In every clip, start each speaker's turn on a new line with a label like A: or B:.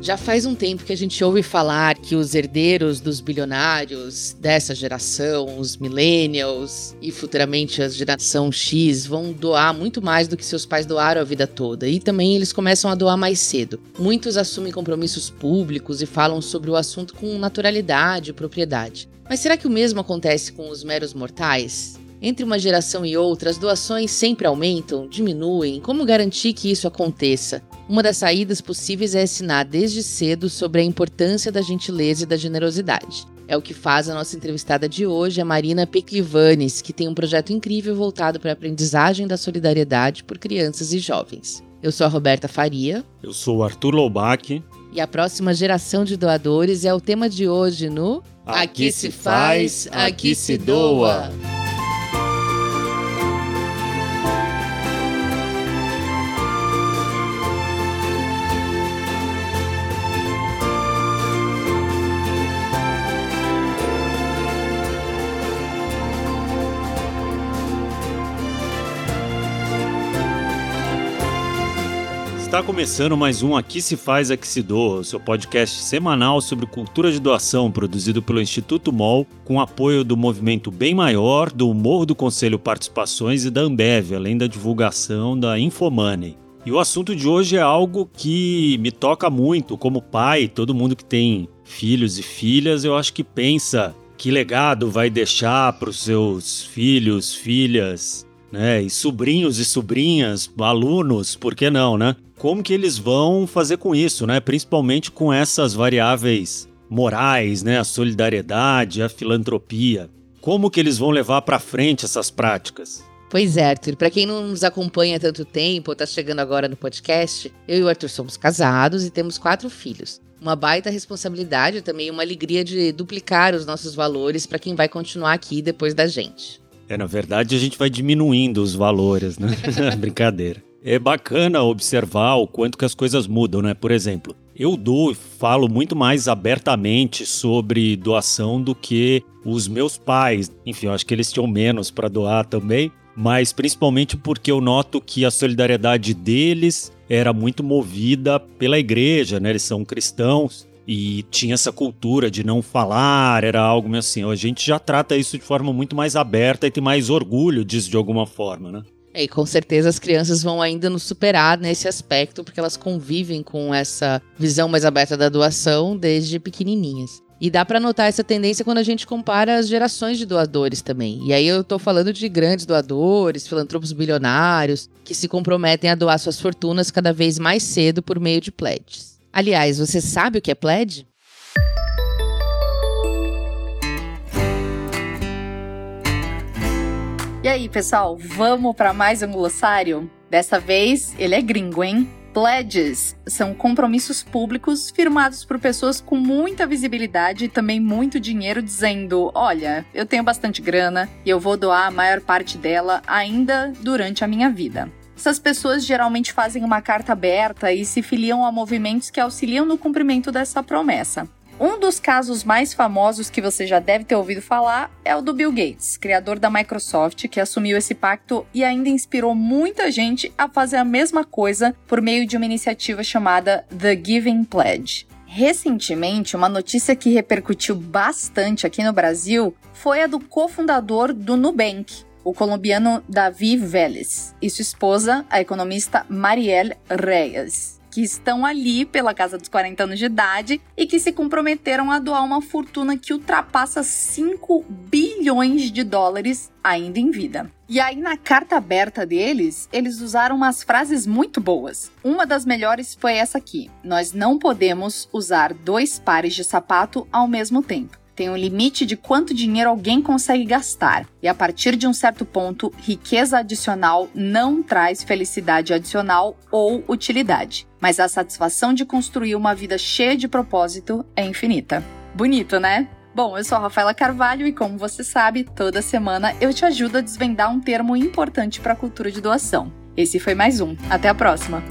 A: Já faz um tempo que a gente ouve falar que os herdeiros dos bilionários dessa geração, os millennials e futuramente a geração X, vão doar muito mais do que seus pais doaram a vida toda. E também eles começam a doar mais cedo. Muitos assumem compromissos públicos e falam sobre o assunto com naturalidade e propriedade. Mas será que o mesmo acontece com os meros mortais? Entre uma geração e outra, as doações sempre aumentam, diminuem. Como garantir que isso aconteça? Uma das saídas possíveis é ensinar desde cedo sobre a importância da gentileza e da generosidade. É o que faz a nossa entrevistada de hoje, a Marina Peklivanes, que tem um projeto incrível voltado para a aprendizagem da solidariedade por crianças e jovens. Eu sou a Roberta Faria.
B: Eu sou o Arthur Loubach.
A: E a próxima geração de doadores é o tema de hoje no
B: Aqui se faz, aqui se doa. Está começando mais um Aqui se faz, aqui se doa, o seu podcast semanal sobre cultura de doação, produzido pelo Instituto MOL, com apoio do movimento Bem Maior, do Morro do Conselho Participações e da Ambev, além da divulgação da Infomoney. E o assunto de hoje é algo que me toca muito como pai. Todo mundo que tem filhos e filhas, eu acho que pensa que legado vai deixar para os seus filhos, filhas, né, e sobrinhos e sobrinhas, alunos, por que não, né? Como que eles vão fazer com isso, né? Principalmente com essas variáveis morais, né? A solidariedade, a filantropia. Como que eles vão levar para frente essas práticas?
A: Pois é, Arthur. Para quem não nos acompanha há tanto tempo ou está chegando agora no podcast, eu e o Arthur somos casados e temos 4 filhos. Uma baita responsabilidade e também uma alegria de duplicar os nossos valores para quem vai continuar aqui depois da gente.
B: Na verdade, a gente vai diminuindo os valores, né? Brincadeira. É bacana observar o quanto que as coisas mudam, né? Por exemplo, eu falo muito mais abertamente sobre doação do que os meus pais. Enfim, eu acho que eles tinham menos para doar também, mas principalmente porque eu noto que a solidariedade deles era muito movida pela igreja, né? Eles são cristãos e tinha essa cultura de não falar, era algo meio assim. A gente já trata isso de forma muito mais aberta e tem mais orgulho disso de alguma forma, né?
A: E com certeza as crianças vão ainda nos superar nesse aspecto, porque elas convivem com essa visão mais aberta da doação desde pequenininhas. E dá para notar essa tendência quando a gente compara as gerações de doadores também. E aí eu tô falando de grandes doadores, filantropos bilionários, que se comprometem a doar suas fortunas cada vez mais cedo por meio de pledges. Aliás, você sabe o que é pledge?
C: E aí, pessoal, vamos para mais um glossário? Dessa vez, ele é gringo, hein? Pledges são compromissos públicos firmados por pessoas com muita visibilidade e também muito dinheiro, dizendo: olha, eu tenho bastante grana e eu vou doar a maior parte dela ainda durante a minha vida. Essas pessoas geralmente fazem uma carta aberta e se filiam a movimentos que auxiliam no cumprimento dessa promessa. Um dos casos mais famosos que você já deve ter ouvido falar é o do Bill Gates, criador da Microsoft, que assumiu esse pacto e ainda inspirou muita gente a fazer a mesma coisa por meio de uma iniciativa chamada The Giving Pledge. Recentemente, uma notícia que repercutiu bastante aqui no Brasil foi a do cofundador do Nubank, o colombiano David Vélez, e sua esposa, a economista Marielle Reyes, que estão ali pela casa dos 40 anos de idade e que se comprometeram a doar uma fortuna que ultrapassa 5 bilhões de dólares ainda em vida. E aí, na carta aberta deles, eles usaram umas frases muito boas. Uma das melhores foi essa aqui: nós não podemos usar 2 pares de sapato ao mesmo tempo. Tem um limite de quanto dinheiro alguém consegue gastar. E a partir de um certo ponto, riqueza adicional não traz felicidade adicional ou utilidade. Mas a satisfação de construir uma vida cheia de propósito é infinita. Bonito, né? Bom, eu sou a Rafaela Carvalho e, como você sabe, toda semana eu te ajudo a desvendar um termo importante para a cultura de doação. Esse foi mais um. Até a próxima!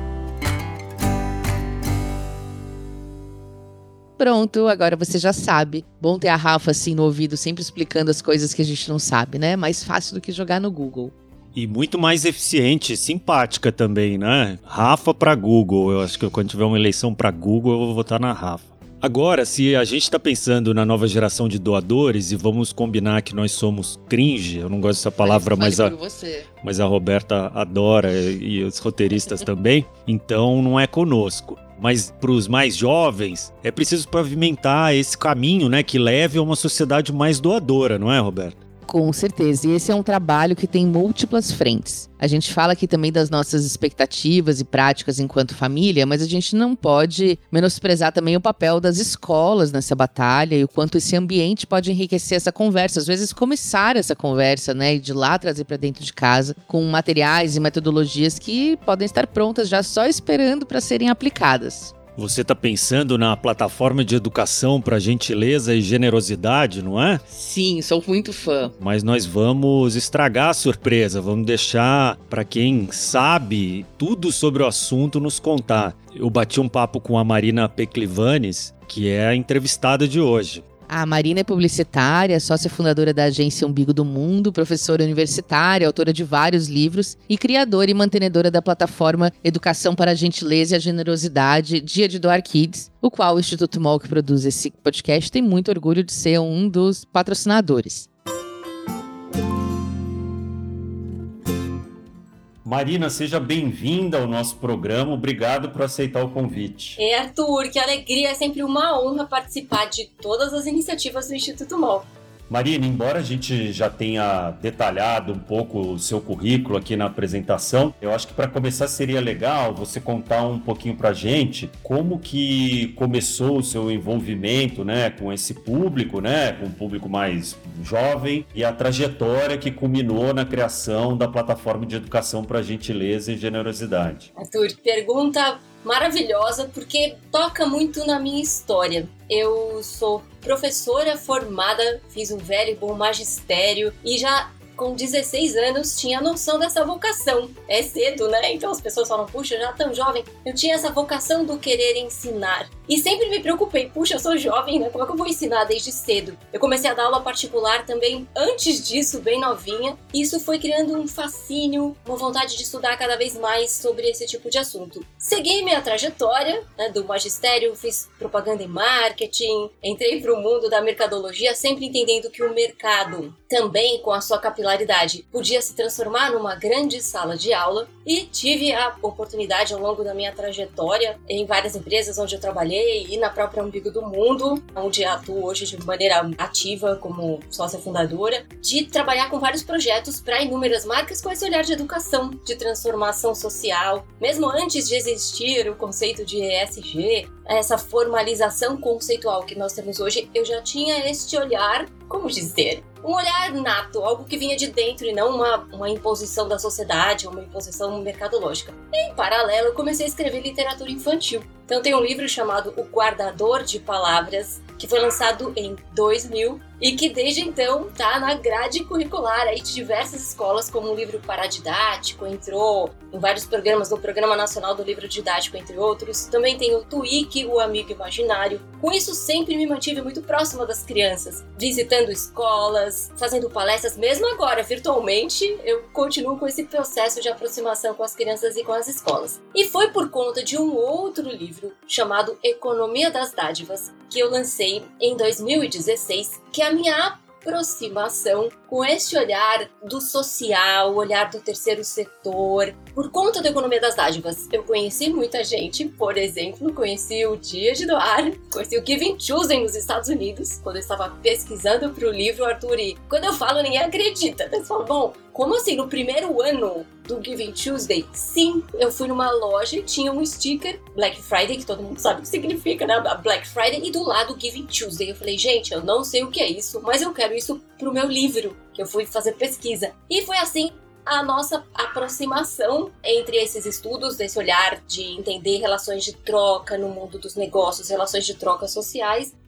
A: Pronto, agora você já sabe. Bom ter a Rafa assim no ouvido, sempre explicando as coisas que a gente não sabe, né? Mais fácil do que jogar no Google.
B: E muito mais eficiente, simpática também, né? Rafa para Google. Eu acho que quando tiver uma eleição para Google, eu vou votar na Rafa. Agora, se a gente está pensando na nova geração de doadores e vamos combinar que nós somos cringe, eu não gosto dessa palavra, mas a Roberta adora e os roteiristas também, então não é conosco. Mas para os mais jovens, é preciso pavimentar esse caminho, né, que leve a uma sociedade mais doadora, não é, Roberta?
A: Com certeza, e esse é um trabalho que tem múltiplas frentes. A gente fala aqui também das nossas expectativas e práticas enquanto família, mas a gente não pode menosprezar também o papel das escolas nessa batalha e o quanto esse ambiente pode enriquecer essa conversa. Às vezes começar essa conversa, né, e de lá trazer para dentro de casa com materiais e metodologias que podem estar prontas já só esperando para serem aplicadas.
B: Você está pensando na plataforma de educação para gentileza e generosidade, não é?
A: Sim, sou muito fã.
B: Mas nós vamos estragar a surpresa, vamos deixar para quem sabe tudo sobre o assunto nos contar. Eu bati um papo com a Marina Peclivanes, que é a entrevistada de hoje.
A: A Marina é publicitária, sócia fundadora da agência Umbigo do Mundo, professora universitária, autora de vários livros e criadora e mantenedora da plataforma Educação para a Gentileza e a Generosidade, Dia de Doar Kids, o qual o Instituto MOL, que produz esse podcast, tem muito orgulho de ser um dos patrocinadores.
B: Marina, seja bem-vinda ao nosso programa. Obrigado por aceitar o convite.
D: Arthur, que alegria. É sempre uma honra participar de todas as iniciativas do Instituto MOL.
B: Marina, embora a gente já tenha detalhado um pouco o seu currículo aqui na apresentação, eu acho que para começar seria legal você contar um pouquinho para a gente como que começou o seu envolvimento, né, com esse público, né, com um público mais jovem e a trajetória que culminou na criação da plataforma de educação para gentileza e generosidade.
D: Arthur, pergunta maravilhosa, porque toca muito na minha história. Eu sou professora formada, fiz um velho e bom magistério e já com 16 anos tinha noção dessa vocação. É cedo, né? Então as pessoas falam, puxa, já tão jovem. Eu tinha essa vocação do querer ensinar. E sempre me preocupei, puxa, eu sou jovem, né? Como é que eu vou ensinar desde cedo? Eu comecei a dar aula particular também antes disso, bem novinha. E isso foi criando um fascínio, uma vontade de estudar cada vez mais sobre esse tipo de assunto. Segui minha trajetória, né, do magistério, fiz propaganda e marketing, entrei para o mundo da mercadologia, sempre entendendo que o mercado, também com a sua capilaridade, podia se transformar numa grande sala de aula. E tive a oportunidade ao longo da minha trajetória, em várias empresas onde eu trabalhei, e na própria Umbigo do Mundo, onde atuo hoje de maneira ativa como sócia fundadora, de trabalhar com vários projetos para inúmeras marcas com esse olhar de educação, de transformação social. Mesmo antes de existir o conceito de ESG, essa formalização conceitual que nós temos hoje, eu já tinha este olhar, como dizer, um olhar nato, algo que vinha de dentro e não uma imposição da sociedade, uma imposição mercadológica. E, em paralelo, eu comecei a escrever literatura infantil. Então tem um livro chamado O Guardador de Palavras, que foi lançado em 2000 e que desde então está na grade curricular aí de diversas escolas como um livro paradidático, entrou em vários programas, no Programa Nacional do Livro Didático, entre outros. Também tem o TWIC, o Amigo Imaginário. Com isso sempre me mantive muito próxima das crianças, visitando escolas, fazendo palestras, mesmo agora virtualmente, eu continuo com esse processo de aproximação com as crianças e com as escolas. E foi por conta de um outro livro chamado Economia das Dádivas, que eu lancei em 2016, que a minha aproximação com esse olhar do social, o olhar do terceiro setor. Por conta da Economia das Dádivas, eu conheci muita gente, por exemplo, conheci o Dia de Doar, conheci o Giving Tuesday nos Estados Unidos, quando eu estava pesquisando para o livro, Arthur, e quando eu falo, ninguém acredita. Eles falam, bom, como assim, no primeiro ano do Giving Tuesday? Sim, eu fui numa loja e tinha um sticker, Black Friday, que todo mundo sabe o que significa, né? Black Friday, e do lado Giving Tuesday. Eu falei, gente, eu não sei o que é isso, mas eu quero isso pro meu livro, que eu fui fazer pesquisa. E foi assim a nossa aproximação entre esses estudos, desse olhar de entender relações de troca no mundo dos negócios, relações de troca sociais,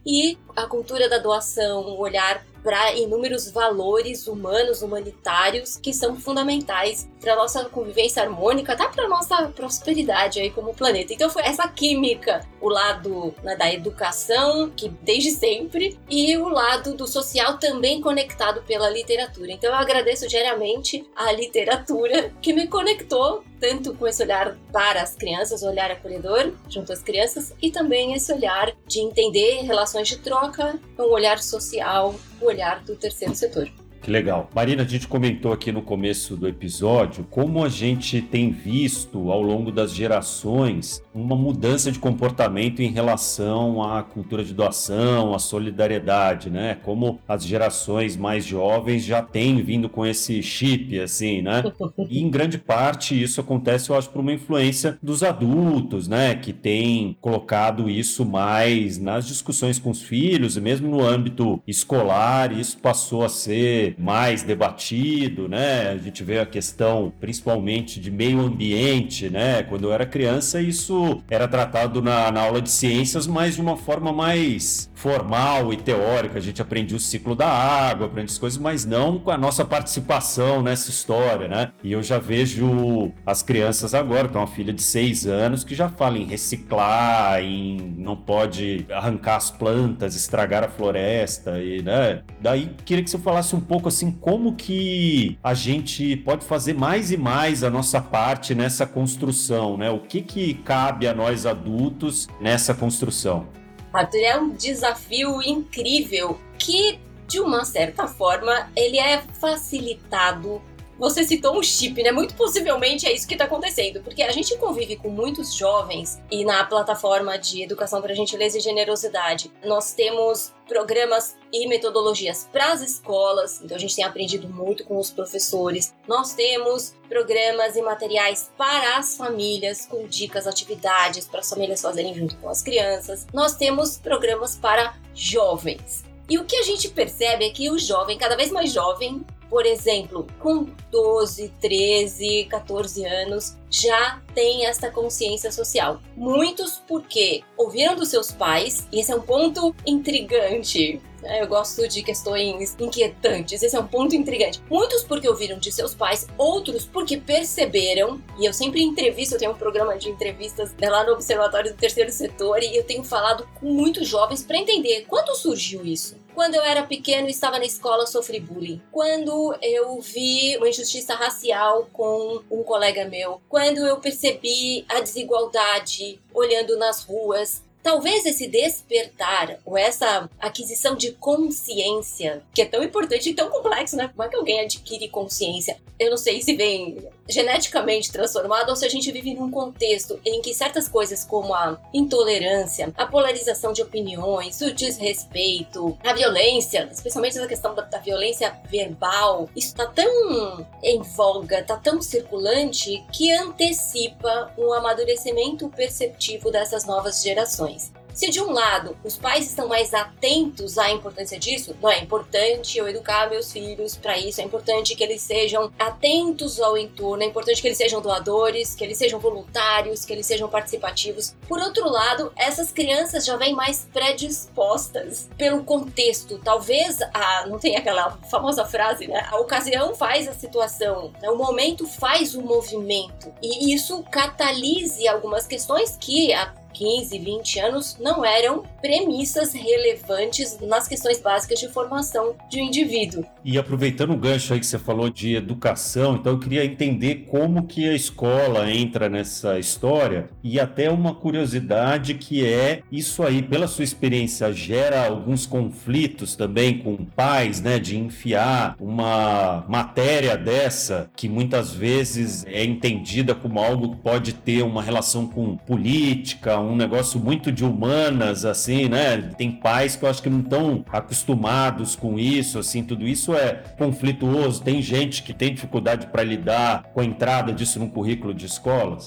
D: e a cultura da doação, o olhar para inúmeros valores humanos, humanitários, que são fundamentais para a nossa convivência harmônica, até para a nossa prosperidade aí como planeta. Então foi essa química, o lado, né, da educação, que desde sempre, e o lado do social também conectado pela literatura. Então eu agradeço diariamente a literatura que me conectou tanto com esse olhar para as crianças, o olhar acolhedor junto às crianças, e também esse olhar de entender relações de troca, um olhar social, o olhar do terceiro setor.
B: Que legal. Marina, a gente comentou aqui no começo do episódio como a gente tem visto ao longo das gerações uma mudança de comportamento em relação à cultura de doação, à solidariedade, né? Como as gerações mais jovens já têm vindo com esse chip, assim, né? E em grande parte isso acontece, eu acho, por uma influência dos adultos, né? Que têm colocado isso mais nas discussões com os filhos, e mesmo no âmbito escolar, isso passou a ser mais debatido, né? A gente vê a questão principalmente de meio ambiente, né? Quando eu era criança, isso era tratado na aula de ciências, mas de uma forma mais formal e teórica. A gente aprendia o ciclo da água, aprendia as coisas, mas não com a nossa participação nessa história, né? E eu já vejo as crianças agora, tem uma filha de 6 anos que já fala em reciclar, em não pode arrancar as plantas, estragar a floresta, e, né? Daí queria que você falasse um pouco assim, como que a gente pode fazer mais e mais a nossa parte nessa construção, né? O que cabe a nós adultos nessa construção?
D: Arthur, é um desafio incrível que, de uma certa forma, ele é facilitado. Você citou um chip, né? Muito possivelmente é isso que está acontecendo, porque a gente convive com muitos jovens e na plataforma de Educação para Gentileza e Generosidade nós temos programas e metodologias para as escolas, então a gente tem aprendido muito com os professores. Nós temos programas e materiais para as famílias, com dicas, atividades para as famílias fazerem junto com as crianças. Nós temos programas para jovens. E o que a gente percebe é que o jovem, cada vez mais jovem, por exemplo, com 12, 13, 14 anos, já tem essa consciência social. Muitos porque ouviram dos seus pais, e esse é um ponto intrigante. Eu gosto de questões inquietantes, esse é um ponto intrigante. Muitos porque ouviram de seus pais, outros porque perceberam, e eu sempre entrevisto, eu tenho um programa de entrevistas lá no Observatório do Terceiro Setor, e eu tenho falado com muitos jovens para entender quando surgiu isso. Quando eu era pequeno e estava na escola, sofri bullying. Quando eu vi uma injustiça racial com um colega meu. Quando eu percebi a desigualdade olhando nas ruas. Talvez esse despertar, ou essa aquisição de consciência, que é tão importante e tão complexo, né? Como é que alguém adquire consciência? Eu não sei se vem geneticamente transformado ou se a gente vive num contexto em que certas coisas como a intolerância, a polarização de opiniões, o desrespeito, a violência, especialmente essa questão da violência verbal, isso tá tão em voga, tá tão circulante que antecipa um amadurecimento perceptivo dessas novas gerações. Se de um lado os pais estão mais atentos à importância disso, não é importante eu educar meus filhos para isso, é importante que eles sejam atentos ao entorno, é importante que eles sejam doadores, que eles sejam voluntários, que eles sejam participativos. Por outro lado, essas crianças já vêm mais predispostas pelo contexto. Talvez, não tem aquela famosa frase, né? A ocasião faz a situação, o momento faz o movimento. E isso catalise algumas questões que 15, 20 anos não eram premissas relevantes nas questões básicas de formação de um indivíduo.
B: E aproveitando o gancho aí que você falou de educação, então eu queria entender como que a escola entra nessa história e até uma curiosidade que é isso aí, pela sua experiência, gera alguns conflitos também com pais, né, de enfiar uma matéria dessa que muitas vezes é entendida como algo que pode ter uma relação com política, um negócio muito de humanas, assim, né? Tem pais que eu acho que não estão acostumados com isso, assim, tudo isso é conflituoso. Tem gente que tem dificuldade para lidar com a entrada disso no currículo de escolas.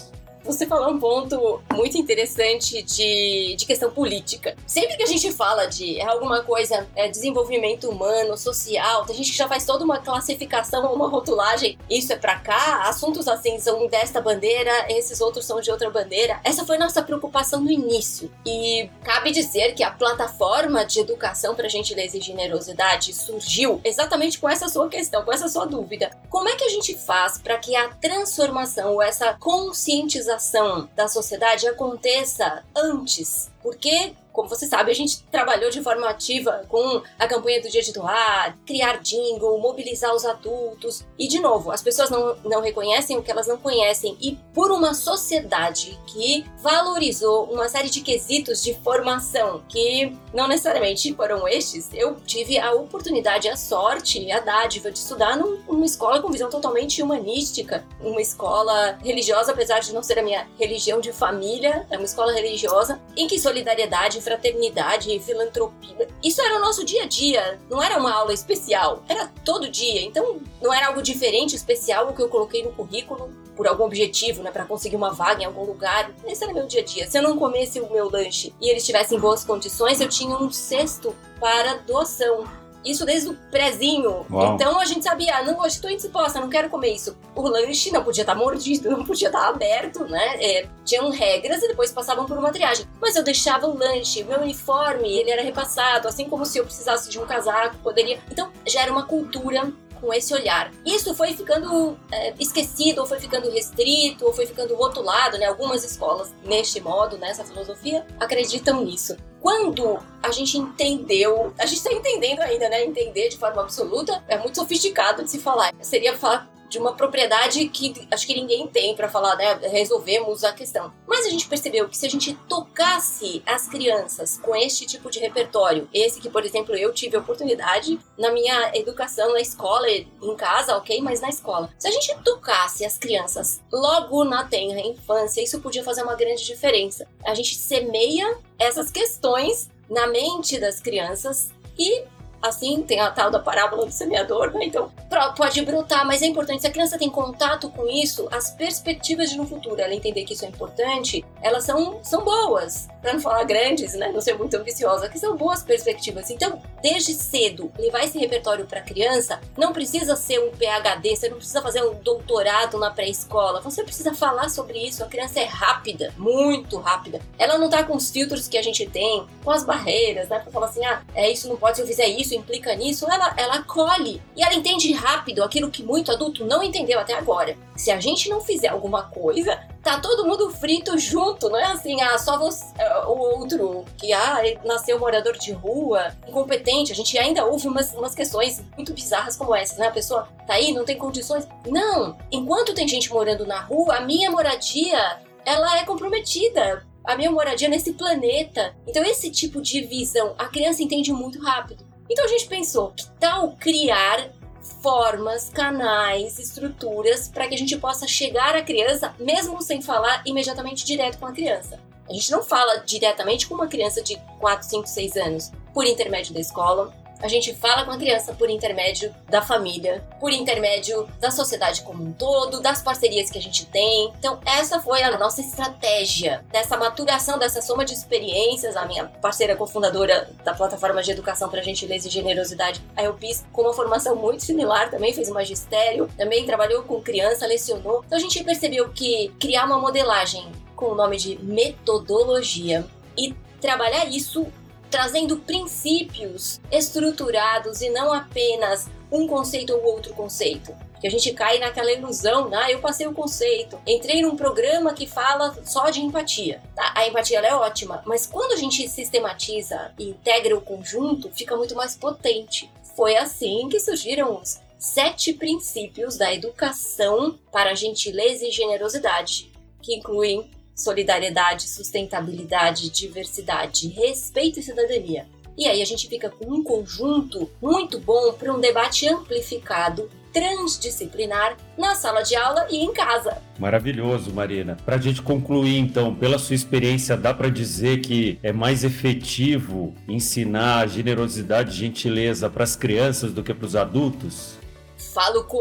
D: Você falou um ponto muito interessante de questão política. Sempre que a gente fala de alguma coisa, desenvolvimento humano, social, tem gente que já faz toda uma classificação, uma rotulagem. Isso é pra cá, assuntos assim são desta bandeira, esses outros são de outra bandeira. Essa foi nossa preocupação no início. E cabe dizer que a plataforma de educação pra gentileza e generosidade surgiu exatamente com essa sua questão, com essa sua dúvida. Como é que a gente faz para que a transformação ou essa conscientização da sociedade aconteça antes? Porque, como você sabe, a gente trabalhou de forma ativa com a campanha do Dia de Doar, criar jingle, mobilizar os adultos. E, de novo, as pessoas não reconhecem o que elas não conhecem. E por uma sociedade que valorizou uma série de quesitos de formação, que não necessariamente foram estes, eu tive a oportunidade, a sorte e a dádiva de estudar numa escola com visão totalmente humanística. Uma escola religiosa, apesar de não ser a minha religião de família, é uma escola religiosa, em que solidariedade, fraternidade e filantropia, isso era o nosso dia a dia, não era uma aula especial, era todo dia, então não era algo diferente, especial, o que eu coloquei no currículo por algum objetivo, né, para conseguir uma vaga em algum lugar. Esse era meu dia a dia. Se eu não comesse o meu lanche e ele estivesse em boas condições, eu tinha um cesto para doação. Isso desde o prézinho.
B: Uau.
D: Então a gente sabia, não, hoje estou indisposta, não quero comer isso. O lanche não podia estar mordido, não podia estar aberto, né? Tinham regras e depois passavam por uma triagem. Mas eu deixava o lanche, meu uniforme, ele era repassado, assim como se eu precisasse de um casaco, poderia. Então já era uma cultura com esse olhar. Isso foi ficando esquecido, ou foi ficando restrito, ou foi ficando rotulado, né? Algumas escolas, neste modo, nessa filosofia, acreditam nisso. Quando a gente entendeu, a gente está entendendo ainda, né? Entender de forma absoluta é muito sofisticado de se falar. Seria falar de uma propriedade que acho que ninguém tem para falar, né? Resolvemos a questão. Mas a gente percebeu que se a gente tocasse as crianças com este tipo de repertório, esse que, por exemplo, eu tive a oportunidade na minha educação na escola, em casa, ok? Mas na escola. Se a gente tocasse as crianças logo na tenra infância, isso podia fazer uma grande diferença. A gente semeia essas questões na mente das crianças e assim, tem a tal da parábola do semeador, né? Então, pode brotar, mas é importante. Se a criança tem contato com isso, as perspectivas de no futuro, ela entender que isso é importante, elas são boas. Pra não falar grandes, né? Não ser muito ambiciosa, que são boas perspectivas. Então, desde cedo, levar esse repertório pra criança, não precisa ser um PhD, você não precisa fazer um doutorado na pré-escola, você precisa falar sobre isso. A criança é rápida, muito rápida. Ela não tá com os filtros que a gente tem, com as barreiras, né? Pra falar assim, isso não pode, se eu fizer isso, implica nisso, ela acolhe e ela entende rápido aquilo que muito adulto não entendeu até agora. Se a gente não fizer alguma coisa, tá todo mundo frito junto, não é assim, só você, o outro, que nasceu morador de rua, incompetente. A gente ainda ouve umas questões muito bizarras como essas, né? A pessoa tá aí, não tem condições. Não! Enquanto tem gente morando na rua, a minha moradia, ela é comprometida. A minha moradia nesse planeta. Então esse tipo de visão, a criança entende muito rápido. Então a gente pensou, que tal criar formas, canais, estruturas para que a gente possa chegar à criança, mesmo sem falar imediatamente direto com a criança. A gente não fala diretamente com uma criança de 4, 5, 6 anos por intermédio da escola. A gente fala com a criança por intermédio da família, por intermédio da sociedade como um todo, das parcerias que a gente tem. Então, essa foi a nossa estratégia dessa maturação, dessa soma de experiências. A minha parceira cofundadora da plataforma de educação para gentileza e generosidade, a EUPIS, com uma formação muito similar, também fez o magistério, também trabalhou com criança, lecionou. Então, a gente percebeu que criar uma modelagem com o nome de metodologia e trabalhar isso trazendo princípios estruturados e não apenas um conceito ou outro conceito. Que a gente cai naquela ilusão, eu passei o conceito, entrei num programa que fala só de empatia. Tá? A empatia ela é ótima, mas quando a gente sistematiza e integra o conjunto, fica muito mais potente. Foi assim que surgiram os 7 princípios da educação para gentileza e generosidade, que incluem solidariedade, sustentabilidade, diversidade, respeito e cidadania. E aí a gente fica com um conjunto muito bom para um debate amplificado, transdisciplinar, na sala de aula e em casa.
B: Maravilhoso, Marina. Para a gente concluir, então, pela sua experiência, dá para dizer que é mais efetivo ensinar generosidade e gentileza para as crianças do que para os adultos?
D: Falo com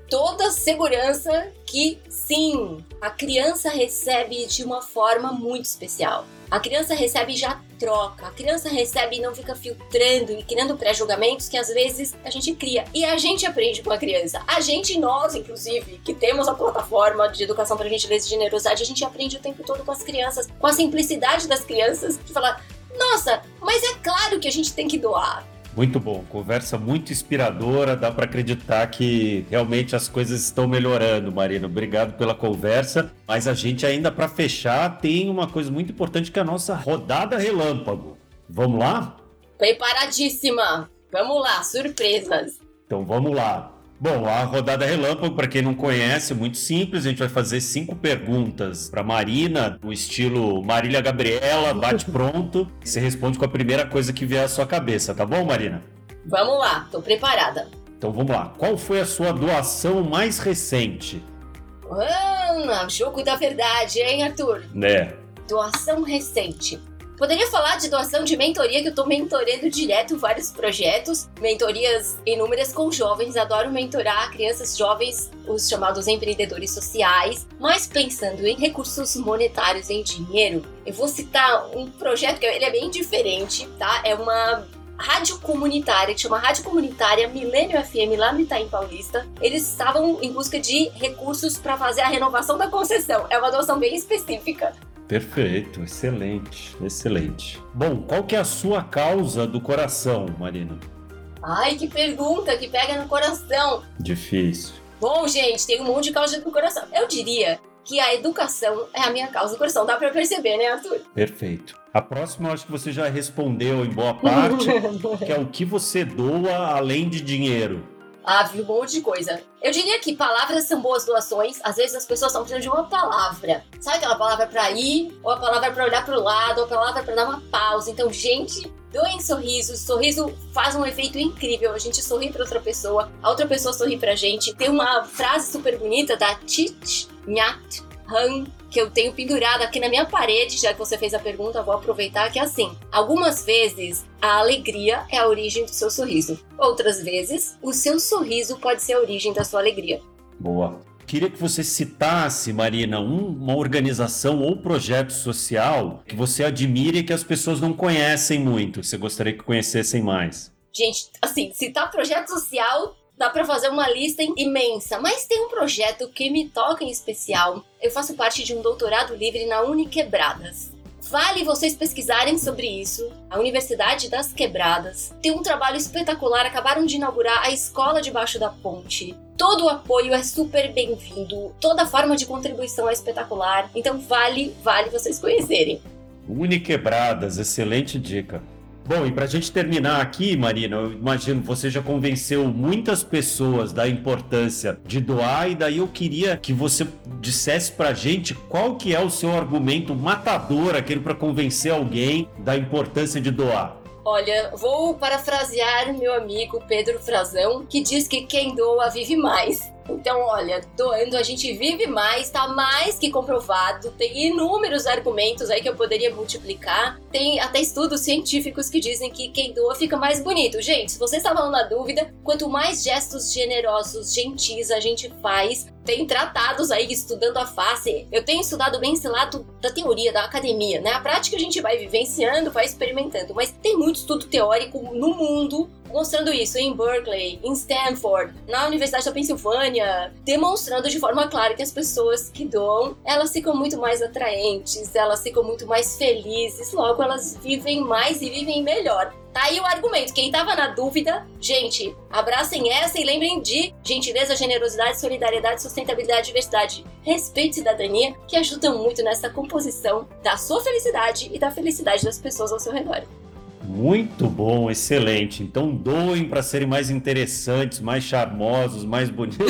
D: toda segurança que, sim, a criança recebe de uma forma muito especial. A criança recebe e já troca. A criança recebe e não fica filtrando e criando pré-julgamentos que às vezes a gente cria. E a gente aprende com a criança. Nós, inclusive, que temos a plataforma de educação para gentileza e generosidade, a gente aprende o tempo todo com as crianças, com a simplicidade das crianças, de falar, nossa, mas é claro que a gente tem que doar.
B: Muito bom, conversa muito inspiradora, dá para acreditar que realmente as coisas estão melhorando, Marina. Obrigado pela conversa, mas a gente ainda para fechar tem uma coisa muito importante que é a nossa rodada relâmpago. Vamos lá?
D: Preparadíssima! Vamos lá, surpresas!
B: Então vamos lá. Bom, a rodada relâmpago, para quem não conhece, é muito simples. A gente vai fazer 5 perguntas para Marina, no estilo Marília Gabriela, bate pronto. Você responde com a primeira coisa que vier à sua cabeça, tá bom, Marina?
D: Vamos lá, tô preparada.
B: Então vamos lá. Qual foi a sua doação mais recente?
D: Jogo da verdade, hein, Arthur? Doação recente. Poderia falar de doação de mentoria, que eu tô mentorando direto vários projetos, mentorias inúmeras com jovens, adoro mentorar crianças jovens, os chamados empreendedores sociais, mas pensando em recursos monetários, em dinheiro, eu vou citar um projeto que ele é bem diferente, tá? É uma rádio comunitária, que chama Rádio Comunitária Milênio FM, lá no Itaim Paulista. Eles estavam em busca de recursos para fazer a renovação da concessão, é uma doação bem específica.
B: Perfeito, excelente, excelente. Bom, qual que é a sua causa do coração, Marina?
D: Ai, que pergunta, que pega no coração.
B: Difícil.
D: Bom, gente, tem um monte de causa do coração. Eu diria que a educação é a minha causa do coração, dá pra perceber, né, Arthur?
B: Perfeito. A próxima eu acho que você já respondeu em boa parte, que é o que você doa além de dinheiro.
D: Viu um monte de coisa. Eu diria que palavras são boas doações. Às vezes as pessoas estão precisando de uma palavra. Sabe aquela palavra pra ir? Ou a palavra pra olhar pro lado? Ou a palavra pra dar uma pausa? Então, gente, doem sorrisos. Sorriso faz um efeito incrível. A gente sorri pra outra pessoa, a outra pessoa sorri pra gente. Tem uma frase super bonita da Thich Nhat Hanh, que eu tenho pendurado aqui na minha parede, já que você fez a pergunta, eu vou aproveitar, que é assim: algumas vezes a alegria é a origem do seu sorriso, outras vezes o seu sorriso pode ser a origem da sua alegria.
B: Boa. Queria que você citasse, Marina, uma organização ou projeto social que você admire e que as pessoas não conhecem muito, que você gostaria que conhecessem mais.
D: Gente, assim, citar projeto social dá pra fazer uma lista imensa, mas tem um projeto que me toca em especial. Eu faço parte de um doutorado livre na Uniquebradas. Vale vocês pesquisarem sobre isso. A Universidade das Quebradas tem um trabalho espetacular, acabaram de inaugurar a Escola Debaixo da Ponte. Todo o apoio é super bem-vindo, toda forma de contribuição é espetacular, então vale vocês conhecerem.
B: Uniquebradas, excelente dica. Bom, e para a gente terminar aqui, Marina, eu imagino que você já convenceu muitas pessoas da importância de doar, e daí eu queria que você dissesse para a gente qual que é o seu argumento matador, aquele para convencer alguém da importância de doar.
D: Olha, vou parafrasear meu amigo Pedro Frazão, que diz que quem doa vive mais. Então, olha, doando a gente vive mais, tá mais que comprovado. Tem inúmeros argumentos aí que eu poderia multiplicar. Tem até estudos científicos que dizem que quem doa fica mais bonito. Gente, se vocês estavam na dúvida, quanto mais gestos generosos, gentis a gente faz, tem tratados aí estudando a face. Eu tenho estudado bem esse lado da teoria, da academia, né? A prática a gente vai vivenciando, vai experimentando, mas tem muito estudo teórico no mundo mostrando isso, em Berkeley, em Stanford, na Universidade da Pensilvânia, demonstrando de forma clara que as pessoas que doam, elas ficam muito mais atraentes, elas ficam muito mais felizes, logo elas vivem mais e vivem melhor. Tá aí o argumento, quem tava na dúvida, gente, abracem essa e lembrem de gentileza, generosidade, solidariedade, sustentabilidade, diversidade, respeito e cidadania, que ajudam muito nessa composição da sua felicidade e da felicidade das pessoas ao seu redor.
B: Muito bom, excelente. Então doem para serem mais interessantes, mais charmosos, mais bonitos.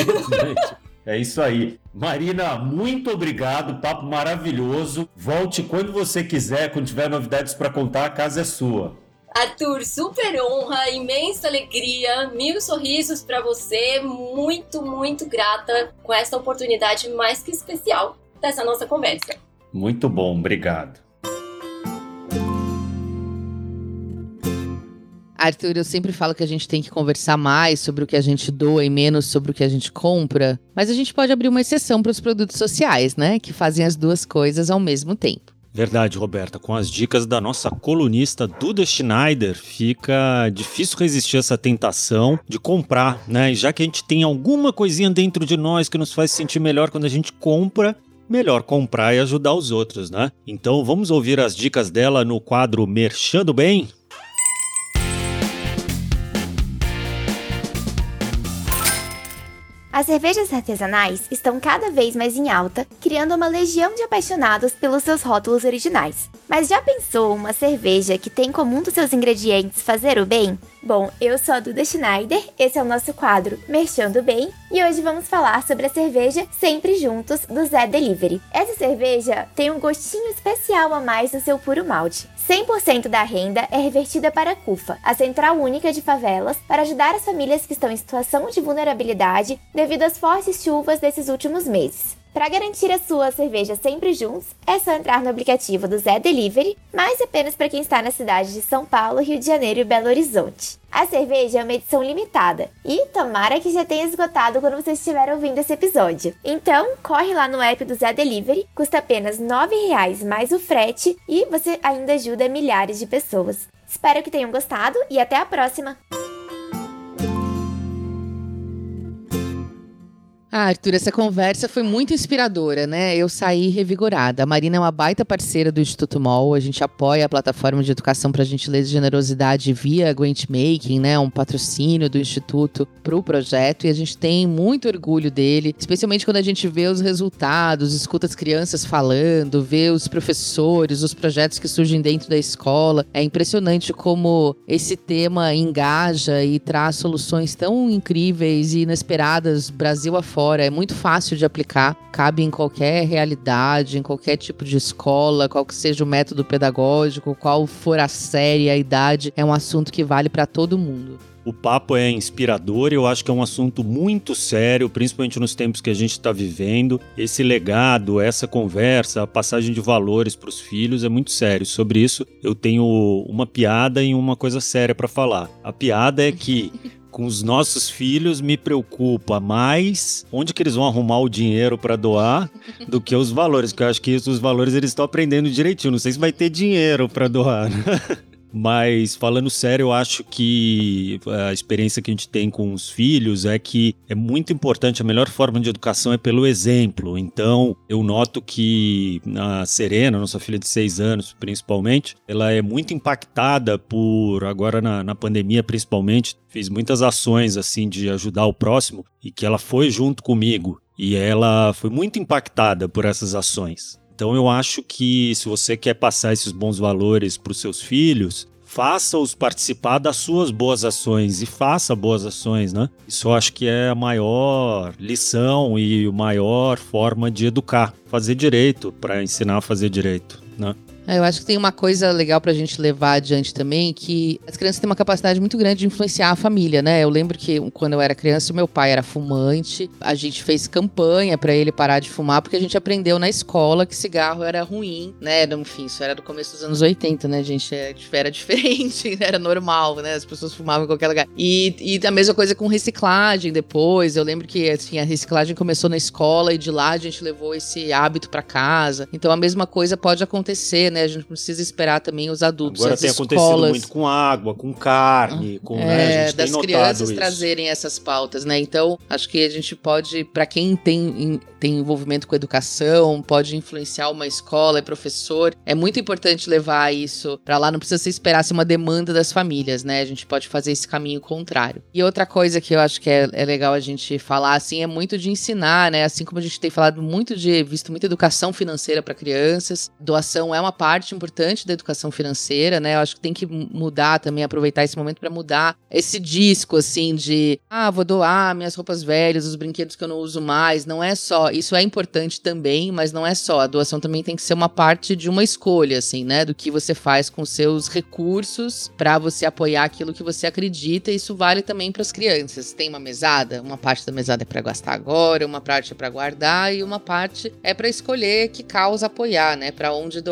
B: É isso aí. Marina, muito obrigado, papo maravilhoso. Volte quando você quiser, quando tiver novidades para contar, a casa é sua.
D: Arthur, super honra, imensa alegria, 1000 sorrisos para você, muito, muito grata com essa oportunidade mais que especial dessa nossa conversa.
B: Muito bom, obrigado.
A: A Arthur, eu sempre falo que a gente tem que conversar mais sobre o que a gente doa e menos sobre o que a gente compra, mas a gente pode abrir uma exceção para os produtos sociais, né? Que fazem as duas coisas ao mesmo tempo.
B: Verdade, Roberta. Com as dicas da nossa colunista Duda Schneider, fica difícil resistir a essa tentação de comprar, né? E já que a gente tem alguma coisinha dentro de nós que nos faz sentir melhor quando a gente compra, melhor comprar e ajudar os outros, né? Então vamos ouvir as dicas dela no quadro Merchan do Bem?
E: As cervejas artesanais estão cada vez mais em alta, criando uma legião de apaixonados pelos seus rótulos originais. Mas já pensou uma cerveja que tem como um dos seus ingredientes fazer o bem? Bom, eu sou a Duda Schneider, esse é o nosso quadro Merchan do Bem, e hoje vamos falar sobre a cerveja Sempre Juntos, do Zé Delivery. Essa cerveja tem um gostinho especial a mais no seu puro malte. 100% da renda é revertida para a CUFA, a Central Única de Favelas, para ajudar as famílias que estão em situação de vulnerabilidade devido às fortes chuvas desses últimos meses. Para garantir a sua cerveja Sempre Juntos, é só entrar no aplicativo do Zé Delivery, mas apenas para quem está na cidade de São Paulo, Rio de Janeiro e Belo Horizonte. A cerveja é uma edição limitada e tomara que já tenha esgotado quando você estiver ouvindo esse episódio. Então, corre lá no app do Zé Delivery, custa apenas R$ 9,00 mais o frete e você ainda ajuda milhares de pessoas. Espero que tenham gostado e até a próxima!
A: Arthur, essa conversa foi muito inspiradora, né? Eu saí revigorada. A Marina é uma baita parceira do Instituto MOL, a gente apoia a plataforma de educação para gentileza e generosidade via Grantmaking, né? Um patrocínio do Instituto para o projeto, e a gente tem muito orgulho dele, especialmente quando a gente vê os resultados, escuta as crianças falando, vê os professores, os projetos que surgem dentro da escola. É impressionante como esse tema engaja e traz soluções tão incríveis e inesperadas Brasil afora. É muito fácil de aplicar, cabe em qualquer realidade, em qualquer tipo de escola, qual que seja o método pedagógico, qual for a série, a idade, é um assunto que vale para todo mundo.
B: O papo é inspirador e eu acho que é um assunto muito sério, principalmente nos tempos que a gente está vivendo. Esse legado, essa conversa, a passagem de valores para os filhos é muito sério. Sobre isso, eu tenho uma piada e uma coisa séria para falar. A piada é que com os nossos filhos me preocupa mais onde que eles vão arrumar o dinheiro para doar do que os valores, porque eu acho que os valores eles estão aprendendo direitinho, não sei se vai ter dinheiro para doar, né? Mas, falando sério, eu acho que a experiência que a gente tem com os filhos é que é muito importante, a melhor forma de educação é pelo exemplo. Então, eu noto que a Serena, nossa filha de 6 anos, principalmente, ela é muito impactada por, agora na pandemia principalmente, fiz muitas ações assim de ajudar o próximo e que ela foi junto comigo e ela foi muito impactada por essas ações. Então eu acho que se você quer passar esses bons valores para os seus filhos, faça-os participar das suas boas ações e faça boas ações, né? Isso eu acho que é a maior lição e a maior forma de educar, fazer direito, para ensinar a fazer direito, né?
A: Eu acho que tem uma coisa legal pra gente levar adiante também, que as crianças têm uma capacidade muito grande de influenciar a família, né? Eu lembro que quando eu era criança, o meu pai era fumante, a gente fez campanha pra ele parar de fumar, porque a gente aprendeu na escola que cigarro era ruim, né? Enfim, isso era do começo dos anos 80, né, gente? Era diferente, era normal, né? As pessoas fumavam em qualquer lugar. E a mesma coisa com reciclagem depois. Eu lembro que assim, a reciclagem começou na escola e de lá a gente levou esse hábito pra casa. Então a mesma coisa pode acontecer, né? A gente precisa esperar também os adultos.
B: Agora tem acontecido muito com água, com carne, com, né? A gente
A: das
B: tem
A: crianças
B: isso.
A: Trazerem essas pautas, né? Então, acho que a gente pode, para quem tem envolvimento com educação, pode influenciar uma escola, é professor, é muito importante levar isso para lá, não precisa se esperar ser uma demanda das famílias, né? A gente pode fazer esse caminho contrário. E outra coisa que eu acho que é legal a gente falar, assim, é muito de ensinar, né? Assim como a gente tem falado visto muita educação financeira para crianças, doação é uma parte importante da educação financeira, né? Eu acho que tem que mudar também, aproveitar esse momento para mudar esse disco, assim, de vou doar minhas roupas velhas, os brinquedos que eu não uso mais. Não é só, isso é importante também, mas não é só. A doação também tem que ser uma parte de uma escolha, assim, né? Do que você faz com seus recursos para você apoiar aquilo que você acredita. Isso vale também para as crianças. Tem uma mesada, uma parte da mesada é para gastar agora, uma parte é para guardar e uma parte é para escolher que causa apoiar, né? Para onde doar. É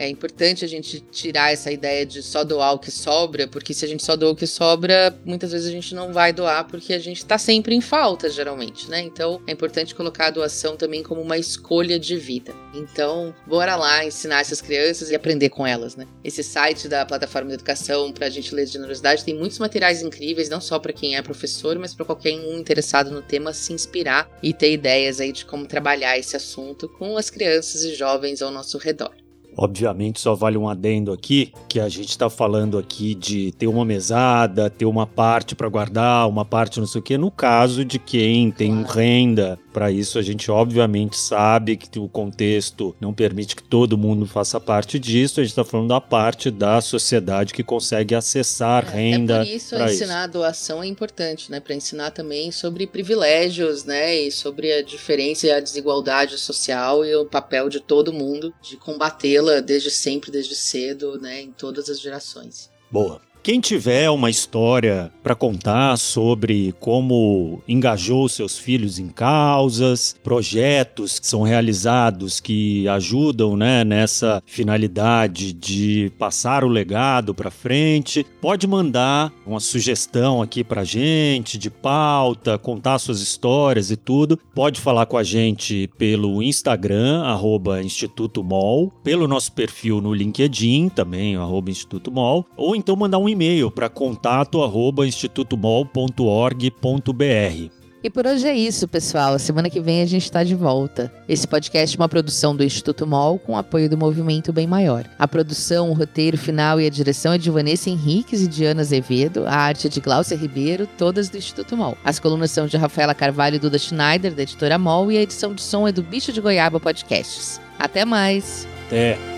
A: É importante a gente tirar essa ideia de só doar o que sobra, porque se a gente só doa o que sobra, muitas vezes a gente não vai doar porque a gente tá sempre em falta, geralmente, né? Então, é importante colocar a doação também como uma escolha de vida. Então, bora lá ensinar essas crianças e aprender com elas, né? Esse site da Plataforma de Educação pra Gentileza e Generosidade tem muitos materiais incríveis, não só para quem é professor, mas para qualquer um interessado no tema se inspirar e ter ideias aí de como trabalhar esse assunto com as crianças e jovens ao nosso redor.
B: Obviamente, só vale um adendo aqui, que a gente está falando aqui de ter uma mesada, ter uma parte para guardar, uma parte não sei o quê. No caso de quem tem renda, para isso a gente obviamente sabe que o contexto não permite que todo mundo faça parte disso. A gente está falando da parte da sociedade que consegue acessar renda.
A: É por isso ensinar a doação é importante, né? Para ensinar também sobre privilégios, né? E sobre a diferença e a desigualdade social e o papel de todo mundo de combatê-la desde sempre, desde cedo, né, em todas as gerações.
B: Boa. Quem tiver uma história para contar sobre como engajou seus filhos em causas, projetos que são realizados que ajudam, né, nessa finalidade de passar o legado para frente, pode mandar uma sugestão aqui para gente de pauta, contar suas histórias e tudo. Pode falar com a gente pelo Instagram, @InstitutoMol, pelo nosso perfil no LinkedIn, também, @InstitutoMol, ou então mandar um e-mail para contato@institutomol.org.br.
A: E por hoje é isso, pessoal. Semana que vem a gente está de volta. Esse podcast é uma produção do Instituto MOL com apoio do Movimento Bem Maior. A produção, o roteiro final e a direção é de Vanessa Henriques e Diana Azevedo. A arte é de Glaucia Ribeiro, todas do Instituto MOL. As colunas são de Rafaela Carvalho e Duda Schneider, da editora MOL, e a edição de som é do Bicho de Goiaba Podcasts. Até mais!
B: Até!